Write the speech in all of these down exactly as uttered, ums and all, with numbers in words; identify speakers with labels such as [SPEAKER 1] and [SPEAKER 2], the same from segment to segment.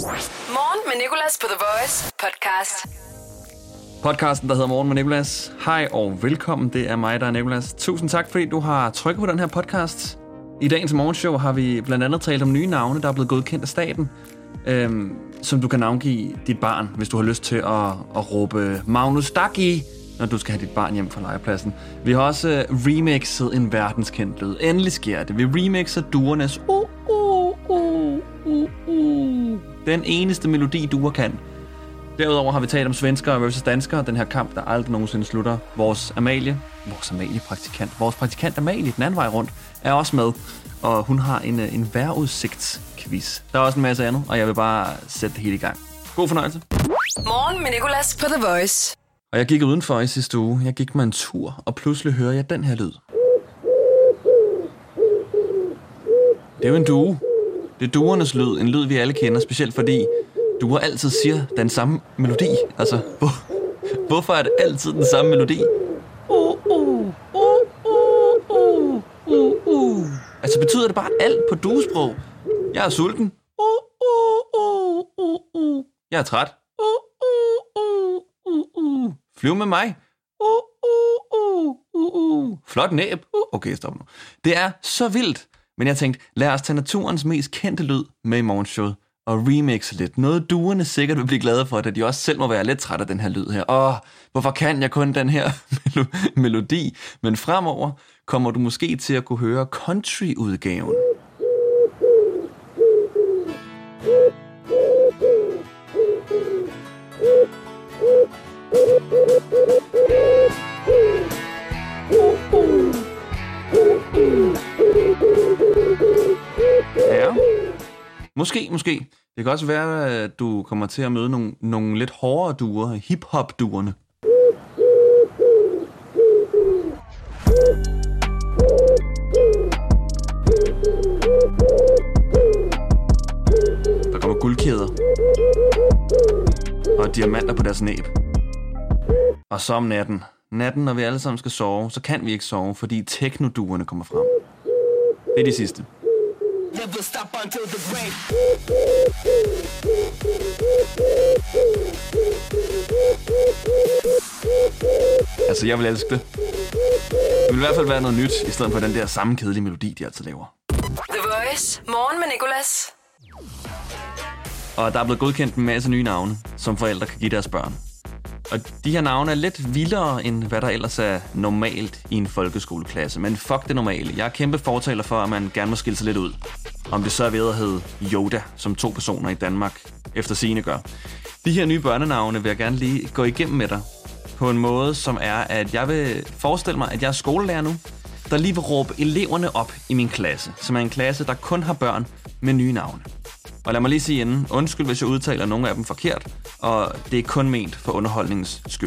[SPEAKER 1] Morgen med Nicolas på The Voice podcast.
[SPEAKER 2] Podcasten, der hedder Morgen med Nicolas. Hej og velkommen, det er mig, der er Nicolas. Tusind tak, fordi du har trykket på den her podcast. I dagens morgenshow har vi blandt andet talt om nye navne, der er blevet godkendt af staten, øhm, som du kan navngive dit barn, hvis du har lyst til at, at råbe Magnus Dagi, når du skal have dit barn hjem fra legepladsen. Vi har også remixet en verdenskendt lyd. Endelig sker det. Vi remixer duernes uh, uh, uh, uh, uh. Den eneste melodi, duer kan. Derudover har vi talt om svenskere versus danskere. Den her kamp, der aldrig nogensinde slutter. Vores Amalie, vores Amalie-praktikant, vores praktikant Amalie, den anden vej rundt, er også med. Og hun har en, en vejrudsigtsquiz. Der er også en masse andet, og jeg vil bare sætte det hele i gang. God fornøjelse.
[SPEAKER 1] Morgen med Nicolas på The Voice.
[SPEAKER 2] Og jeg gik udenfor i sidste uge. Jeg gik mig en tur, og pludselig hører jeg den her lyd. Det er jo en due. Det er duernes lyd. En lyd, vi alle kender, specielt fordi duer altid siger den samme melodi. Altså, hvor, hvorfor er det altid den samme melodi? Uh, uh, uh, uh, uh, uh. Altså, betyder det bare alt på duesprog? Jeg er sulten. Uh, uh, uh, uh, uh. Jeg er træt. Uh, uh, uh, uh, uh. Flyv med mig. Uh, uh, uh, uh, uh. Flot næb. Uh. Okay, stop nu. Det er så vildt. Men jeg tænkte, lad os tage naturens mest kendte lyd med i morgenshowet og remixe lidt. Noget duerne sikkert vil blive glade for, at de også selv må være lidt træt af den her lyd her. Åh, hvorfor kan jeg kun den her melodi? Men fremover kommer du måske til at kunne høre country-udgaven. Ja, måske, måske. Det kan også være, at du kommer til at møde nogle, nogle lidt hårdere duer, hip-hop-duerne. Der kommer guldkæder og diamanter på deres næb. Og så om natten. Natten, når vi alle sammen skal sove, så kan vi ikke sove, fordi techno-duerne kommer frem. Det er de sidste. Altså, jeg vil elske det. Det vil i hvert fald være noget nyt, i stedet for den der samme kedelige melodi, de altid laver.
[SPEAKER 1] The Voice. Morgen med Nicolas.
[SPEAKER 2] Og der er blevet godkendt en masse nye navne, som forældre kan give deres børn. Og de her navne er lidt vildere, end hvad der ellers er normalt i en folkeskoleklasse. Men fuck det normale. Jeg er kæmpe fortaler for, at man gerne må skille sig lidt ud. Om det så er ved at hedde Yoda, som to personer i Danmark efter sigende gør. De her nye børnenavne vil jeg gerne lige gå igennem med dig. På en måde, som er, at jeg vil forestille mig, at jeg er skolelærer nu, der lige vil råbe eleverne op i min klasse. Som er en klasse, der kun har børn med nye navne. Og lad mig lige sige inden, undskyld, hvis jeg udtaler nogle af dem forkert, og det er kun ment for underholdningens skyld.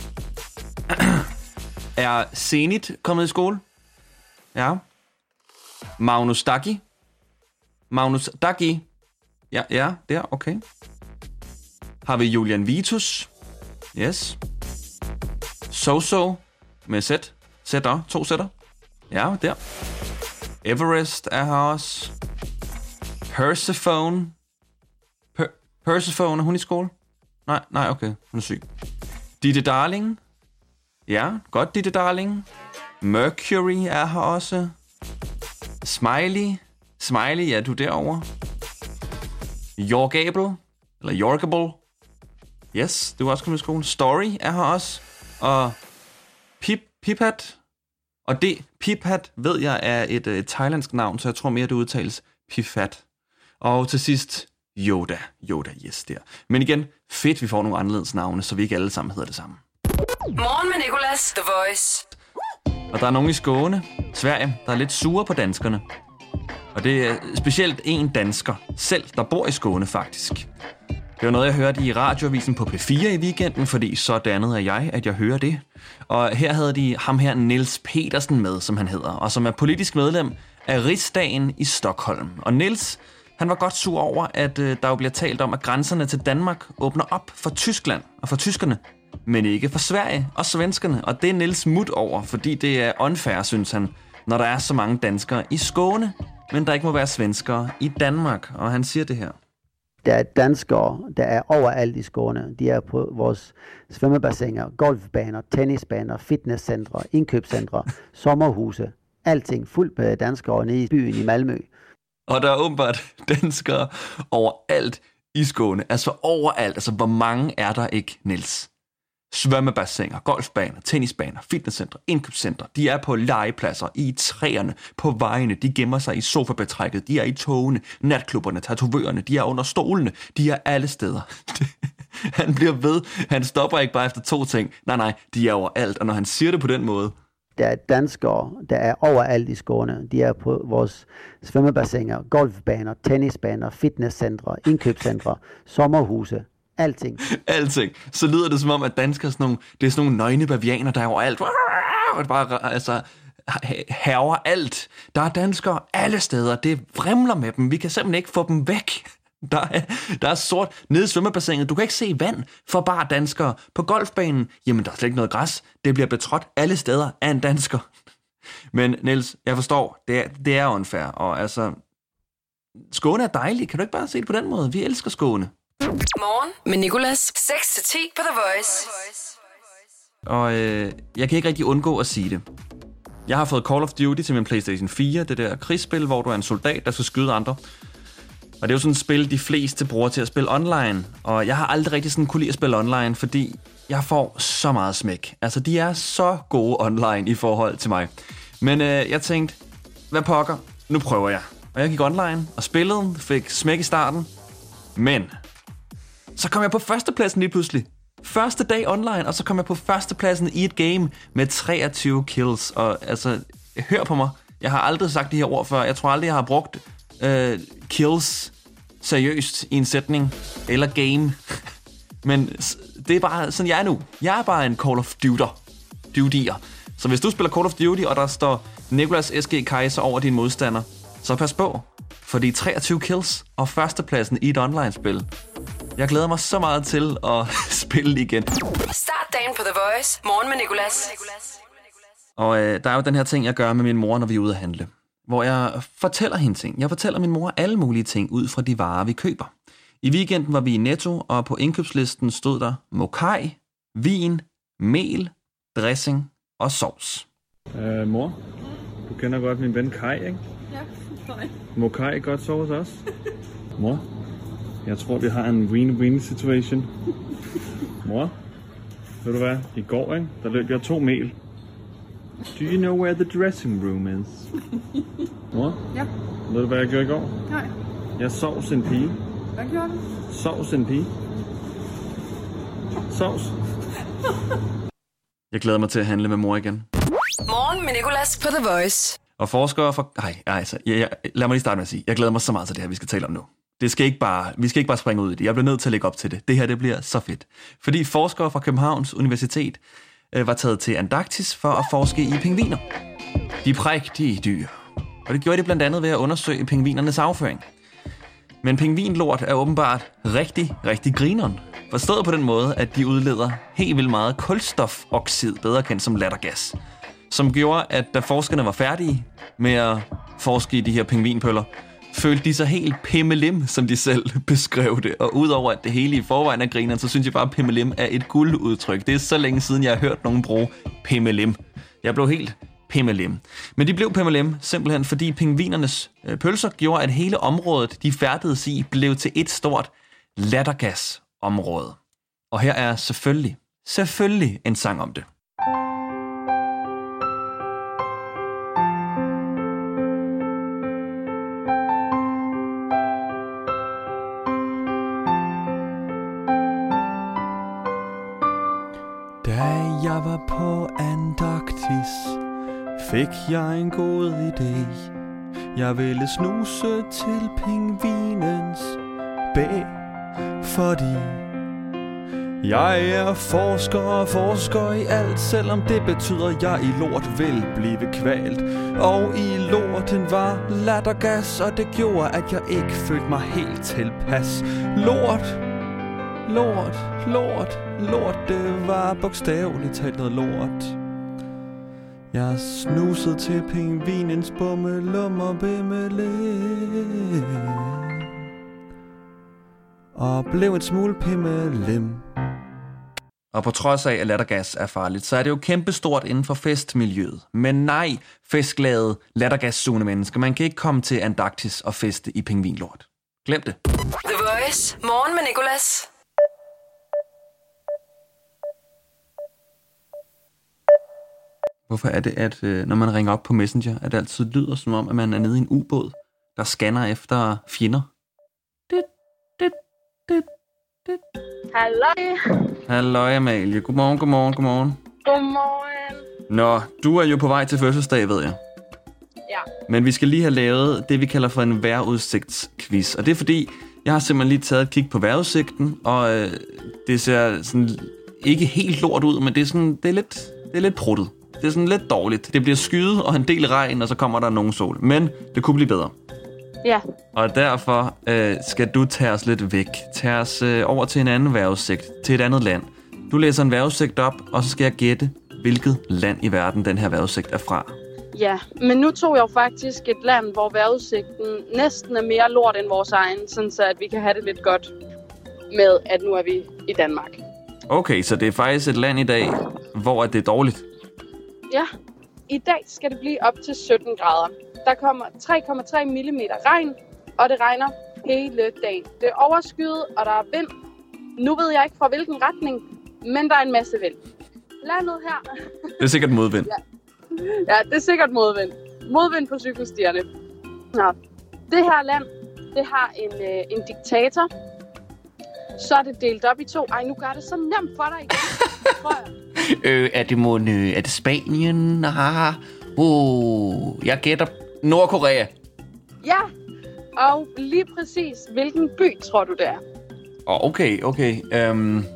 [SPEAKER 2] Er Zenit kommet i skole? Ja. Magnus Dagi? Magnus Dagi? Ja, ja, der, okay. Har vi Julian Vitus? Yes. Soso med sæt. Sætter, to sætter. Ja, der. Everest er her også. Persephone. Per- Persephone, er hun i skole? Nej, nej, okay. Hun er syg. Ditte Darling. Ja, godt Ditte Darling. Mercury er her også. Smiley. Smiley, ja, du er derovre. Jorgable. Eller Jorgable. Yes, du er også kommet i skole. Story er her også. Og Pip, Pipat. Og det, Pipat, ved jeg, er et, et thailandsk navn, så jeg tror mere, det udtales Pifat. Og til sidst, Yoda. Yoda, yes, der. Men igen, fedt, vi får nogle anderledes navne, så vi ikke alle sammen hedder det samme.
[SPEAKER 1] Morgen med Nicolas, The Voice.
[SPEAKER 2] Og der er nogen i Skåne, Sverige, der er lidt sure på danskerne. Og det er specielt en dansker selv, der bor i Skåne faktisk. Det var noget, jeg hørte i radioavisen på P fire i weekenden, fordi så dannet er jeg, at jeg hører det. Og her havde de ham her, Niels Petersen, med, som han hedder, og som er politisk medlem af Rigsdagen i Stockholm. Og Niels, han var godt sur over, at øh, der jo bliver talt om, at grænserne til Danmark åbner op for Tyskland og for tyskerne, men ikke for Sverige og svenskerne. Og det er Niels mut over, fordi det er unfair, synes han, når der er så mange danskere i Skåne, men der ikke må være svenskere i Danmark. Og han siger det her.
[SPEAKER 3] Der er danskere, der er overalt i Skåne. De er på vores svømmebassiner, golfbaner, tennisbaner, fitnesscentre, indkøbscentre, sommerhuse. Alting fuldt med danskere nede i byen i Malmø.
[SPEAKER 2] Og der er åbenbart danskere overalt i Skåne. Altså overalt. Altså hvor mange er der ikke, Niels? Svømmebassiner, golfbaner, tennisbaner, fitnesscentre, indkøbscentre. De er på legepladser, i træerne, på vejene. De gemmer sig i sofabetrækket. De er i togene, natklubberne, tatovørerne. De er under stolene. De er alle steder. Han bliver ved. Han stopper ikke bare efter to ting. Nej, nej, de er overalt. Og når han siger det på den måde...
[SPEAKER 3] Der er danskere, der er overalt i Skåne. De er på vores svømmebassiner, golfbaner, tennisbaner, fitnesscentre, indkøbscentre, sommerhuse. Alting.
[SPEAKER 2] Alting. Så lyder det som om, at danskere er sådan nogle, det er sådan nogle nøgne bavianer, der er overalt. Og bare altså, hærger alt. Der er danskere alle steder. Det vrimler med dem. Vi kan simpelthen ikke få dem væk. Der er, der er sort nede i svømmebassinet. Du kan ikke se vand for bare danskere. På golfbanen, jamen der er slet ikke noget græs. Det bliver betrådt alle steder af en dansker. Men Niels, jeg forstår, det er, det er unfair. Og altså, Skåne er dejlig. Kan du ikke bare se det på den måde? Vi elsker Skåne.
[SPEAKER 1] Morgen med Nicolas. seks til ti på The Voice.
[SPEAKER 2] Og øh, jeg kan ikke rigtig undgå at sige det. Jeg har fået Call of Duty til min PlayStation fire. Det der krigsspil, hvor du er en soldat, der skal skyde andre. Og det er jo sådan et spil, de fleste bruger til at spille online. Og jeg har aldrig rigtig sådan kunne lide at spille online, fordi jeg får så meget smæk. Altså, de er så gode online i forhold til mig. Men øh, jeg tænkte, hvad pokker, nu prøver jeg. Og jeg gik online og spillede, fik smæk i starten. Men så kom jeg på førstepladsen lige pludselig. Første dag online, og så kom jeg på førstepladsen i et game med treogtyve kills. Og altså, hør på mig. Jeg har aldrig sagt de her ord før. Jeg tror aldrig, jeg har brugt øh, kills seriøst i en sætning. Eller game. Men det er bare sådan, jeg er nu. Jeg er bare en Call of Duty'er. Duty'er. Så hvis du spiller Call of Duty, og der står Nicolas S G Kaiser over din modstander, så pas på. Fordi treogtyve kills og førstepladsen i et online-spil. Jeg glæder mig så meget til at spille igen.
[SPEAKER 1] Start dagen på The Voice. Morgen med Nicolas.
[SPEAKER 2] Og øh, der er jo den her ting, jeg gør med min mor, når vi er ude at handle. Hvor jeg fortæller hende ting. Jeg fortæller min mor alle mulige ting ud fra de varer, vi køber. I weekenden var vi i Netto, og på indkøbslisten stod der mokai, vin, mel, dressing og sovs.
[SPEAKER 4] Øh, mor, du kender godt min ven Kai, ikke?
[SPEAKER 5] Ja, nej.
[SPEAKER 4] Mokai godt sovs også? Mor, jeg tror, vi har en win-win situation. Mor, ved du hvad? I går, ikke? Der løb jeg to mel. Do you know where the dressing room is? Mor?
[SPEAKER 5] Ja.
[SPEAKER 4] Ved du, hvad jeg gjorde i går?
[SPEAKER 5] Nej.
[SPEAKER 4] Jeg sovs en pige.
[SPEAKER 5] Hvad gjorde du?
[SPEAKER 4] Sovs en pige. Sovs.
[SPEAKER 2] Jeg glæder mig til at handle med mor igen.
[SPEAKER 1] Morgen med Nicolas på The Voice.
[SPEAKER 2] Og forskere for... Ej, altså, jeg, jeg, lad mig lige starte med at sige, jeg glæder mig så meget til det her, vi skal tale om nu. Det skal ikke bare, vi skal ikke bare springe ud i det. Jeg bliver nødt til at lægge op til det. Det her, det bliver så fedt. Fordi forskere fra Københavns Universitet øh, var taget til Antarktis for at forske i pingviner. De prægtige dyr. Og det gjorde de blandt andet ved at undersøge pingvinernes afføring. Men pingvinlort er åbenbart rigtig, rigtig grineren. Forstået på den måde, at de udleder helt vildt meget kulstofoxid, bedre kendt som lattergas. Som gjorde, at da forskerne var færdige med at forske i de her pingvinpøller, følte de sig helt pimmelim, som de selv beskrev det. Og udover at det hele i forvejen er grineren, så synes jeg bare, at pimmelim er et guldudtryk. Det er så længe siden, jeg har hørt nogen bruge pimmelim. Jeg blev helt pimmelim. Men de blev pimmelim simpelthen, fordi pingvinernes øh, pølser gjorde, at hele området, de færdedes i, blev til et stort lattergasområde. Og her er selvfølgelig, selvfølgelig en sang om det.
[SPEAKER 4] Da jeg var på Antarktis, fik jeg en god idé. Jeg ville snuse til pingvinens bæ, fordi jeg er forsker og forsker i alt, selvom det betyder, at jeg i lort vil blive kvalt. Og i lorten var lattergas, og det gjorde, at jeg ikke følte mig helt tilpas. Lort, lort, lort, lort, det var bogstaveligt talt noget lort. Jeg snusede til pingvinens bummelum og bimmele. og blev en smule pimmelem.
[SPEAKER 2] Og på trods af, at lattergas er farligt, så er det jo kæmpestort inden for festmiljøet. Men nej, festglade, lattergassugende mennesker. Man kan ikke komme til Antarktis og feste i pingvinlort. Glem det.
[SPEAKER 1] The Voice. Morgen med Nicolas.
[SPEAKER 2] Hvorfor er det, at når man ringer op på Messenger, at det altid lyder som om, at man er nede i en ubåd, der scanner efter fjender? Dit, dit, dit, dit.
[SPEAKER 5] Halløj.
[SPEAKER 2] Halløj, Amalie. Godmorgen, godmorgen, godmorgen.
[SPEAKER 5] Godmorgen.
[SPEAKER 2] Nå, du er jo på vej til fødselsdag, ved jeg.
[SPEAKER 5] Ja.
[SPEAKER 2] Men vi skal lige have lavet det, vi kalder for en vejrudsigtsquiz. Og det er fordi, jeg har simpelthen lige taget et kig på vejrudsigten, og øh, det ser sådan ikke helt lort ud, men det er, sådan, det er, lidt, det er lidt pruttet. Det er sådan lidt dårligt. Det bliver skyet og en del regn, og så kommer der nogen sol. Men det kunne blive bedre.
[SPEAKER 5] Ja.
[SPEAKER 2] Og derfor øh, skal du tage os lidt væk. Tag os øh, over til en anden vejrudsigt, til et andet land. Du læser en vejrudsigt op, og så skal jeg gætte, hvilket land i verden den her vejrudsigt er fra.
[SPEAKER 5] Ja, men nu tog jeg jo faktisk et land, hvor vejrudsigten næsten er mere lort end vores egen, sådan så at vi kan have det lidt godt med, at nu er vi i Danmark.
[SPEAKER 2] Okay, så det er faktisk et land i dag, hvor det er dårligt.
[SPEAKER 5] Ja, i dag skal det blive op til sytten grader. Der kommer tre komma tre millimeter regn, og det regner hele dagen. Det er overskyet, og der er vind. Nu ved jeg ikke fra hvilken retning, men der er en masse vind. Landet her...
[SPEAKER 2] Det er sikkert modvind.
[SPEAKER 5] Ja. Ja, det er sikkert modvind. Modvind på cykelstierne. Nå. Det her land, det har en, øh, en diktator. Så er det delt op i to. Ej, nu gør det så nemt for dig igen, tror jeg.
[SPEAKER 2] Øh, er det mon, øh, er det Spanien? Ah, oh, jeg gætter Nordkorea.
[SPEAKER 5] Ja, og lige præcis, hvilken by tror du, det er?
[SPEAKER 2] Åh, oh, okay, okay. Um,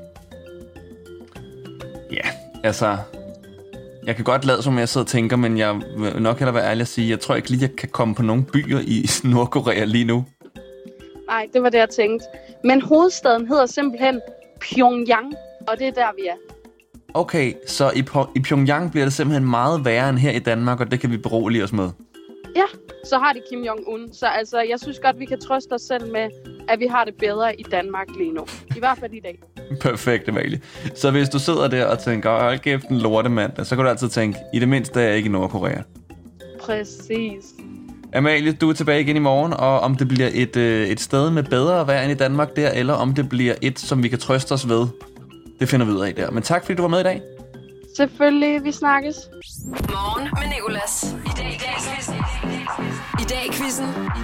[SPEAKER 2] ja, altså... Jeg kan godt lade, som jeg sidder og tænker, men jeg vil nok hellere være ærlig at sige, jeg tror ikke lige, jeg kan komme på nogle byer i Nordkorea lige nu.
[SPEAKER 5] Nej, det var det, jeg tænkte. Men hovedstaden hedder simpelthen Pyongyang, og det er der, vi er.
[SPEAKER 2] Okay, så i, i Pyongyang bliver det simpelthen meget værre end her i Danmark, og det kan vi berolige os med.
[SPEAKER 5] Ja, så har de Kim Jong-un. Så altså, jeg synes godt, vi kan trøste os selv med, at vi har det bedre i Danmark lige nu. I hvert fald i dag.
[SPEAKER 2] Perfekt, Amalie. Så hvis du sidder der og tænker, hold kæft en lortemand, så kan du altid tænke, i det mindste er jeg ikke i Nordkorea.
[SPEAKER 5] Præcis.
[SPEAKER 2] Amalie, du er tilbage igen i morgen, og om det bliver et, øh, et sted med bedre vejr end i Danmark der, eller om det bliver et, som vi kan trøste os ved, det finder vi ud af der. Men tak, fordi du var med i dag.
[SPEAKER 5] Selvfølgelig, vi snakkes.
[SPEAKER 1] Morgen med Nicolas. I dag i dag quizzen. I dag i quizzen.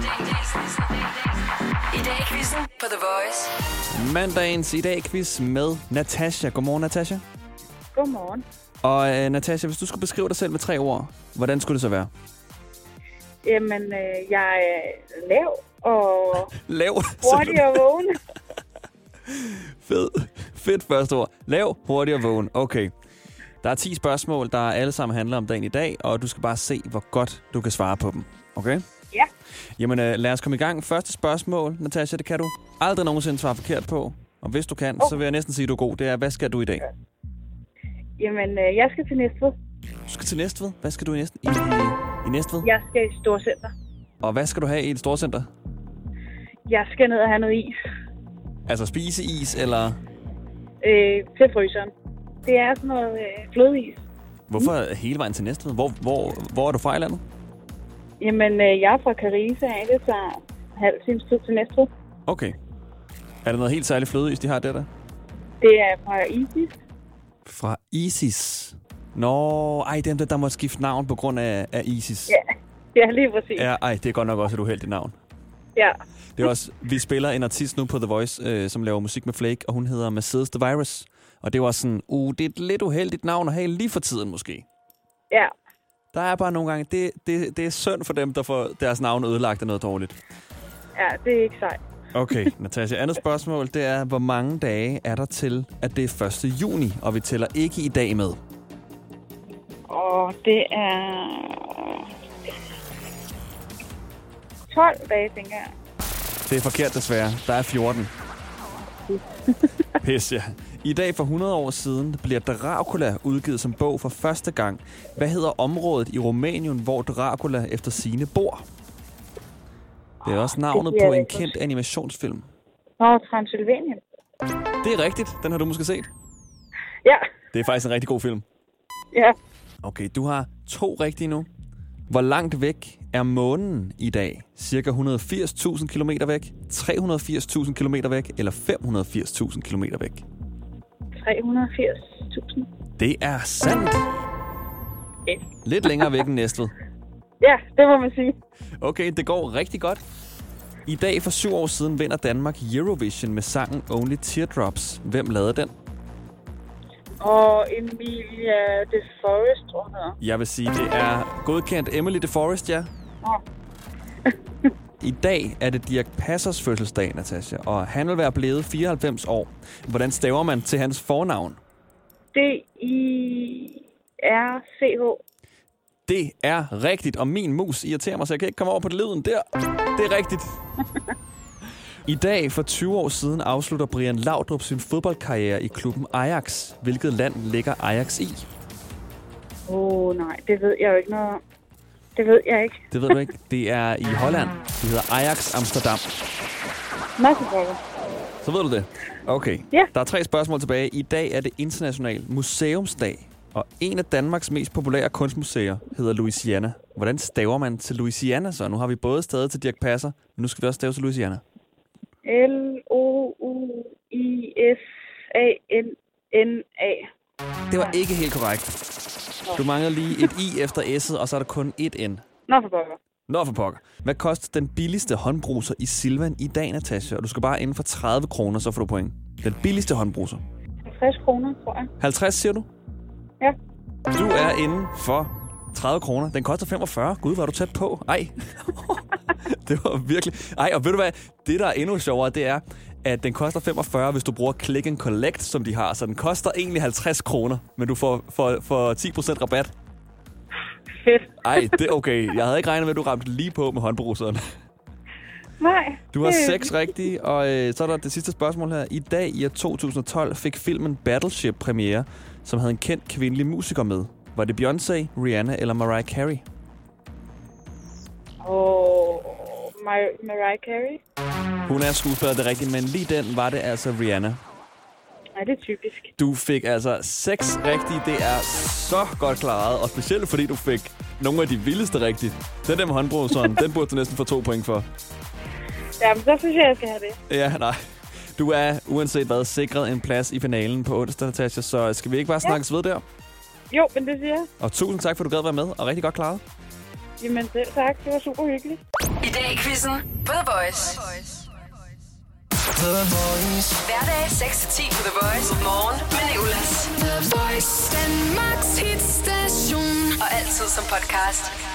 [SPEAKER 1] I dag i quizzen på The Voice.
[SPEAKER 4] Mandagens i dag quiz med Natasha. Godmorgen, Natasha.
[SPEAKER 6] Godmorgen.
[SPEAKER 4] Og uh, Natasha, hvis du skulle beskrive dig selv med tre ord, hvordan skulle det så være?
[SPEAKER 6] Jamen, øh, jeg er lav og
[SPEAKER 4] Lav.
[SPEAKER 6] hurtig og vågen.
[SPEAKER 4] Fed. Fedt første ord. Lav, hurtig og vågen. Okay. Der er ti spørgsmål, der alle sammen handler om dagen i dag, og du skal bare se, hvor godt du kan svare på dem. Okay?
[SPEAKER 6] Ja.
[SPEAKER 4] Jamen, øh, lad os komme i gang. Første spørgsmål, Natasha, det kan du aldrig nogensinde svare forkert på. Og hvis du kan, oh. så vil jeg næsten sige, at du er god. Det er, hvad skal du i dag?
[SPEAKER 6] Jamen, øh, jeg skal til Næstved.
[SPEAKER 4] Du skal til Næstved? Hvad skal du i, Næst- i, i Næstved?
[SPEAKER 6] Jeg skal i Storcenter.
[SPEAKER 4] Og hvad skal du have i et storcenter?
[SPEAKER 6] Jeg skal ned og have noget is.
[SPEAKER 4] Altså spiseis, eller?
[SPEAKER 6] Øh, til fryseren. Det er sådan noget øh, flødeis.
[SPEAKER 4] Hvorfor hele vejen til Næstved? Hvor, hvor, hvor er du fra i landet?
[SPEAKER 6] Jamen, øh, jeg er fra Carisa, af det tager halv times tid til Næstved.
[SPEAKER 4] Okay. Er der noget helt særligt flødeis, de har der der?
[SPEAKER 6] Det er fra Isis.
[SPEAKER 4] Fra Isis? Nå, ej, dem der, der må skifte navn på grund af, af Isis.
[SPEAKER 6] Ja, ja, lige præcis.
[SPEAKER 4] Ja, ej, det er godt nok også et uheldigt navn.
[SPEAKER 6] Ja.
[SPEAKER 4] Det er også, vi spiller en artist nu på The Voice, øh, som laver musik med Flake, og hun hedder Mercedes The Virus. Og det var sådan, uh, det er et lidt uheldigt navn at have lige for tiden måske.
[SPEAKER 6] Ja.
[SPEAKER 4] Der er bare nogle gange, det, det, det er synd for dem, der får deres navn ødelagt af noget dårligt.
[SPEAKER 6] Ja, det er ikke sejt.
[SPEAKER 4] Okay, Natasha. Andet spørgsmål, det er, hvor mange dage er der til, at det er første juni, og vi tæller ikke i dag med?
[SPEAKER 6] Og det er tolv dage, tænker jeg.
[SPEAKER 4] Det er forkert desværre. Der er fjorten. Pis, ja. I dag for hundrede år siden bliver Dracula udgivet som bog for første gang. Hvad hedder området i Rumænien, hvor Dracula efter sigende bor? Det er også navnet på en kendt animationsfilm.
[SPEAKER 6] Nå, Transylvanien.
[SPEAKER 4] Det er rigtigt. Den har du måske set.
[SPEAKER 6] Ja.
[SPEAKER 4] Det er faktisk en rigtig god film.
[SPEAKER 6] Ja.
[SPEAKER 4] Okay, du har to rigtige nu. Hvor langt væk er månen i dag? Cirka et hundrede og firs tusind kilometer væk, tre hundrede og firs tusind kilometer væk eller fem hundrede og firs tusind kilometer væk?
[SPEAKER 6] tre hundrede og firs tusind.
[SPEAKER 4] Det er sandt.
[SPEAKER 6] Okay.
[SPEAKER 4] Lidt længere væk end Næstved.
[SPEAKER 6] Ja, det må man sige.
[SPEAKER 4] Okay, det går rigtig godt. I dag for syv år siden vinder Danmark Eurovision med sangen Only Teardrops. Hvem lavede den?
[SPEAKER 6] Og Emilia de Forest, tror jeg.
[SPEAKER 4] Jeg vil sige, det er godkendt Emily de Forest, ja.
[SPEAKER 6] Nå.
[SPEAKER 4] I dag er det Dirch Passers fødselsdag, Natasha, og han vil være blevet fireoghalvfems år. Hvordan staver man til hans fornavn?
[SPEAKER 6] D I R C H.
[SPEAKER 4] Det er rigtigt, og min mus irriterer mig, så jeg kan ikke komme over på lyden der. Det er rigtigt. I dag for tyve år siden afslutter Brian Laudrup sin fodboldkarriere i klubben Ajax. Hvilket land ligger Ajax i?
[SPEAKER 6] Åh, oh, nej, det ved jeg jo ikke noget om. Det ved jeg ikke.
[SPEAKER 4] Det ved du ikke. Det er i Holland. Det hedder Ajax Amsterdam.
[SPEAKER 6] Massebrøkker.
[SPEAKER 4] Så ved du det. Okay.
[SPEAKER 6] Ja.
[SPEAKER 4] Der er tre spørgsmål tilbage. I dag er det International Museumsdag. Og en af Danmarks mest populære kunstmuseer hedder Louisiana. Hvordan staver man til Louisiana så? Nu har vi både stavet til Dirch Passer, men nu skal vi også stave til Louisiana.
[SPEAKER 6] L O U I S A N N A.
[SPEAKER 4] Det var ikke helt korrekt. Du mangler lige et i efter s'et, og så er der kun et n.
[SPEAKER 6] Nå for pokker.
[SPEAKER 4] Nå for pokker. Hvad koster den billigste håndbruser i Silvan i dag, Natasha? Og du skal bare inden for tredive kroner, så får du point. Den billigste håndbruser.
[SPEAKER 6] halvtreds kroner, tror jeg.
[SPEAKER 4] halvtreds, siger du?
[SPEAKER 6] Ja.
[SPEAKER 4] Du er inde for tredive kroner. Den koster femogfyrre. Gud, var du tæt på. Ej. Det var virkelig... Ej, og ved du hvad? Det, der er endnu sjovere, det er, at den koster femogfyrre, hvis du bruger Click and Collect, som de har. Så den koster egentlig halvtreds kroner, men du får, får, får ti procent rabat.
[SPEAKER 6] Fedt.
[SPEAKER 4] Ej, det er okay. Jeg havde ikke regnet med, at du ramte lige på med håndbruseren.
[SPEAKER 6] Nej.
[SPEAKER 4] Du har seks rigtige, og øh, så er der det sidste spørgsmål her. I dag i to tusind og tolv fik filmen Battleship premiere, som havde en kendt kvindelig musiker med. Var det Beyoncé, Rihanna eller Mariah Carey?
[SPEAKER 6] Og Mar- Mariah Carey.
[SPEAKER 4] Hun er skuespiller, det er rigtigt, men lige den var det altså Rihanna.
[SPEAKER 6] Nej, det er typisk.
[SPEAKER 4] Du fik altså seks rigtige. Det er så godt klaret, og specielt fordi du fik nogle af de vildeste rigtige. Den der med håndbruseren, den burde du næsten få to point for.
[SPEAKER 6] Jamen, så synes jeg, jeg skal have det.
[SPEAKER 4] Ja, nej. Du er uanset hvad sikret en plads i finalen på onsdag, Natasha, så skal vi ikke bare snakkes ja. ved der?
[SPEAKER 6] Jo, men det siger jeg.
[SPEAKER 4] Og tusind tak, for at du gad være med, og rigtig godt klaret.
[SPEAKER 6] Jamen selv tak, det var super hyggeligt.
[SPEAKER 1] I dag i quizzen på The Voice. Hverdag seks til ti på The Voice. Morgen med Nicolas. The Voice. Danmarks hitstation. Og altid som podcast.